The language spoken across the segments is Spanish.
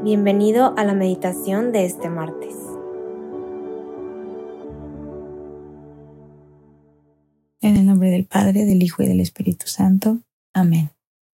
Bienvenido a la meditación de este martes. En el nombre del Padre, del Hijo y del Espíritu Santo. Amén.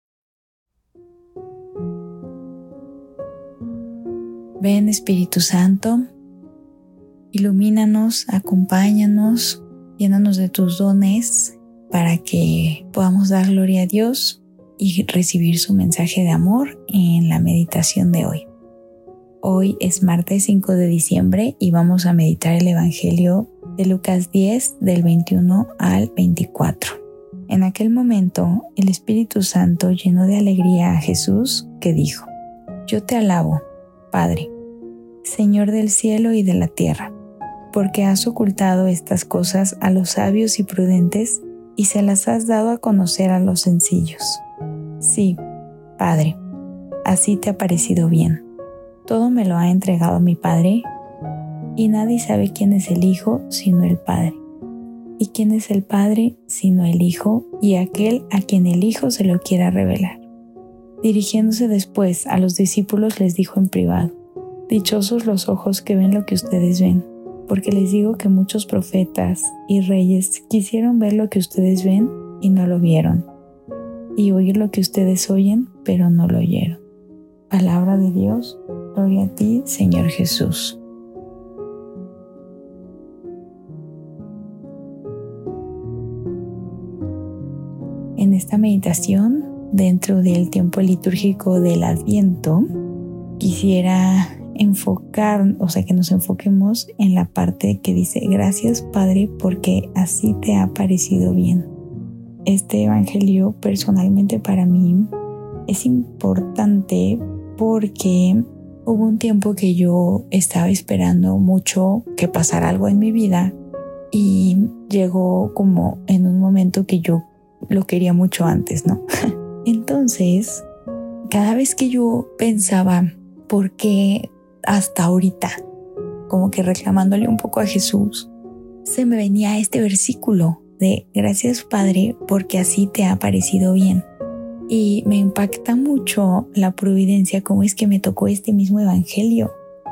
Ven, Espíritu Santo, ilumínanos, acompáñanos, llénanos de tus dones para que podamos dar gloria a Dios y recibir su mensaje de amor en la meditación de hoy. Hoy es martes 5 de diciembre y vamos a meditar el Evangelio de Lucas 10 del 21 al 24. En aquel momento, el Espíritu Santo llenó de alegría a Jesús, que dijo: Yo te alabo, Padre, Señor del cielo y de la tierra, porque has ocultado estas cosas a los sabios y prudentes y se las has dado a conocer a los sencillos. Sí, Padre, así te ha parecido bien. Todo me lo ha entregado mi Padre, y nadie sabe quién es el Hijo sino el Padre, y quién es el Padre sino el Hijo y aquel a quien el Hijo se lo quiera revelar. Dirigiéndose después a los discípulos les dijo en privado: Dichosos los ojos que ven lo que ustedes ven, porque les digo que muchos profetas y reyes quisieron ver lo que ustedes ven y no lo vieron, y oír lo que ustedes oyen, pero no lo oyeron. Palabra de Dios. Gloria a ti, Señor Jesús. En esta meditación, dentro del tiempo litúrgico del Adviento, quisiera que nos enfoquemos en la parte que dice: Gracias, Padre, porque así te ha parecido bien. Este evangelio, personalmente para mí, es importante porque hubo un tiempo que yo estaba esperando mucho que pasara algo en mi vida y llegó como en un momento que yo lo quería mucho antes, ¿no? Entonces, cada vez que yo pensaba, ¿por qué hasta ahorita? Como que reclamándole un poco a Jesús, se me venía este versículo de: Gracias, Padre, porque así te ha parecido bien. Y me impacta mucho la providencia, cómo es que me tocó este mismo evangelio.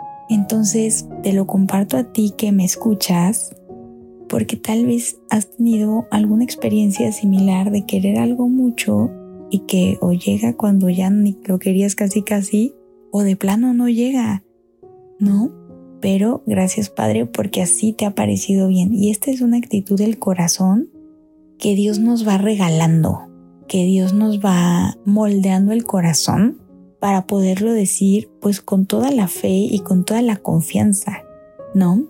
Entonces te lo comparto a ti que me escuchas, porque tal vez has tenido alguna experiencia similar de querer algo mucho y que o llega cuando ya ni lo querías casi, o de plano no llega, ¿no? Pero gracias, Padre, porque así te ha parecido bien. Y esta es una actitud del corazón que Dios nos va regalando, que Dios nos va moldeando el corazón para poderlo decir pues con toda la fe y con toda la confianza, ¿no?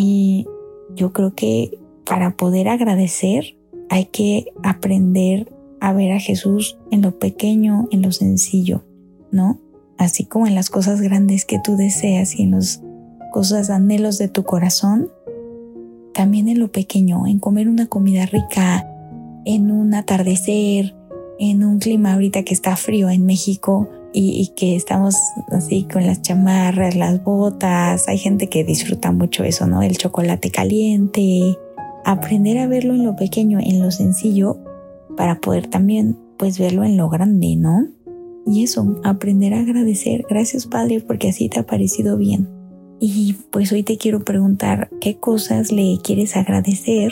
Y yo creo que para poder agradecer hay que aprender a ver a Jesús en lo pequeño, en lo sencillo, ¿no? Así como en las cosas grandes que tú deseas y en las cosas anhelos de tu corazón, también en lo pequeño, en comer una comida rica, en un atardecer, en un clima ahorita que está frío en México y que estamos así con las chamarras, las botas. Hay gente que disfruta mucho eso, ¿no? El chocolate caliente. Aprender a verlo en lo pequeño, en lo sencillo, para poder también pues verlo en lo grande, ¿no? Y eso, aprender a agradecer. Gracias, Padre, porque así te ha parecido bien. Y pues hoy te quiero preguntar, ¿qué cosas le quieres agradecer,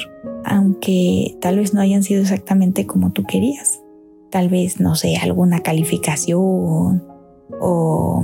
aunque tal vez no hayan sido exactamente como tú querías? Tal vez, no sé, alguna calificación o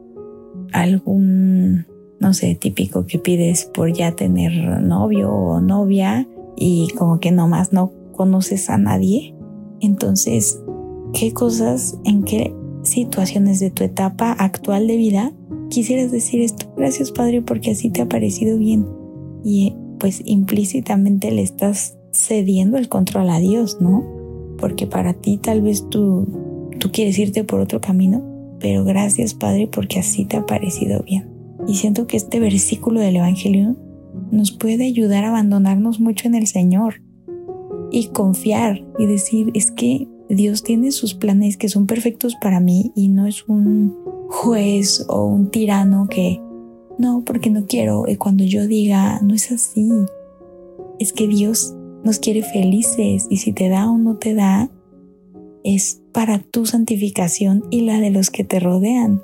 algún, no sé, típico que pides por ya tener novio o novia y como que nomás no conoces a nadie. Entonces, ¿qué cosas, en qué situaciones de tu etapa actual de vida quisieras decir esto? Gracias, Padre, porque así te ha parecido bien. Y pues implícitamente le estás cediendo el control a Dios, ¿no? Porque para ti tal vez tú quieres irte por otro camino, pero gracias, Padre, porque así te ha parecido bien. Y siento que este versículo del Evangelio nos puede ayudar a abandonarnos mucho en el Señor y confiar y decir: es que Dios tiene sus planes que son perfectos para mí y no es un juez o un tirano que no, porque no quiero, y cuando yo diga, no es así. Es que Dios nos quiere felices y si te da o no te da, es para tu santificación y la de los que te rodean.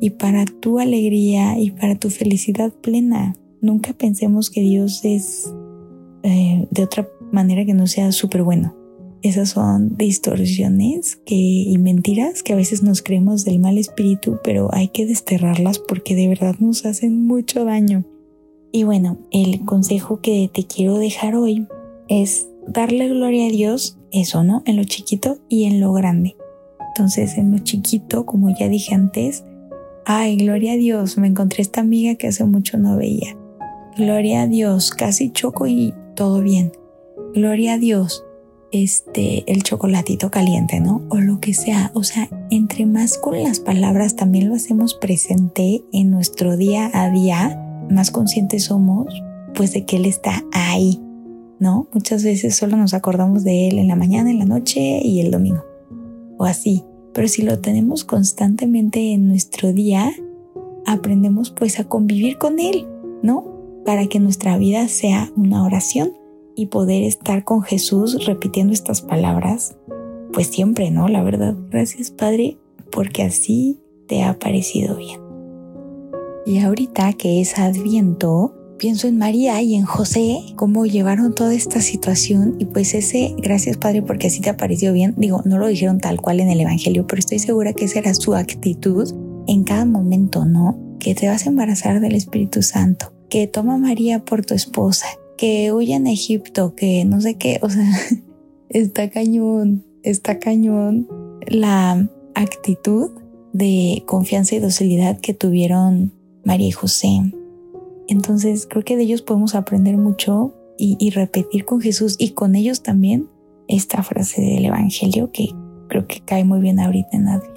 y para tu alegría y para tu felicidad plena. Nunca pensemos que Dios es de otra manera que no sea súper bueno. Esas son distorsiones y mentiras que a veces nos creemos del mal espíritu, pero hay que desterrarlas porque de verdad nos hacen mucho daño. Y bueno, el consejo que te quiero dejar hoy es darle gloria a Dios, eso, ¿no? En lo chiquito y en lo grande. Entonces, en lo chiquito, como ya dije antes, ay, gloria a Dios, me encontré esta amiga que hace mucho no veía. Gloria a Dios, casi choco y todo bien. Gloria a Dios, el chocolatito caliente, ¿no? O lo que sea. O sea, entre más con las palabras también lo hacemos presente en nuestro día a día, más conscientes somos, pues, de que Él está ahí, ¿no? Muchas veces solo nos acordamos de Él en la mañana, en la noche y el domingo, o así. Pero si lo tenemos constantemente en nuestro día, aprendemos pues a convivir con Él, ¿no? Para que nuestra vida sea una oración y poder estar con Jesús repitiendo estas palabras, pues siempre, ¿no? La verdad, gracias Padre, porque así te ha parecido bien. Y ahorita que es Adviento, pienso en María y en José, cómo llevaron toda esta situación y pues gracias Padre porque así te ha parecido bien. Digo, no lo dijeron tal cual en el Evangelio, pero estoy segura que esa era su actitud en cada momento, ¿no? Que te vas a embarazar del Espíritu Santo, que toma a María por tu esposa, que huyan a Egipto, que no sé qué, o sea, está cañón la actitud de confianza y docilidad que tuvieron María y José. Entonces creo que de ellos podemos aprender mucho y repetir con Jesús y con ellos también esta frase del Evangelio que creo que cae muy bien ahorita en Adviento.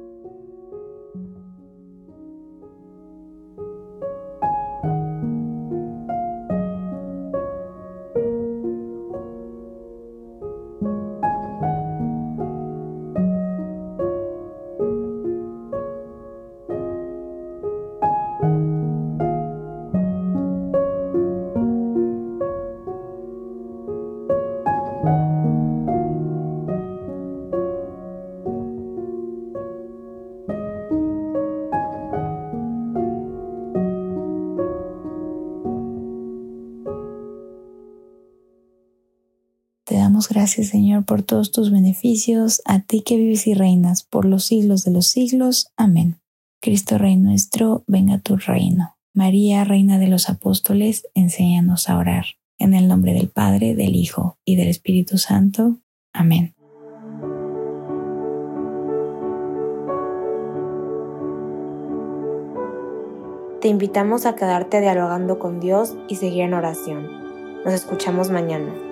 Te damos gracias, Señor, por todos tus beneficios, a ti que vives y reinas por los siglos de los siglos. Amén. Cristo Rey nuestro, venga tu reino. María, Reina de los Apóstoles, enséñanos a orar. En el nombre del Padre, del Hijo y del Espíritu Santo. Amén. Te invitamos a quedarte dialogando con Dios y seguir en oración. Nos escuchamos mañana.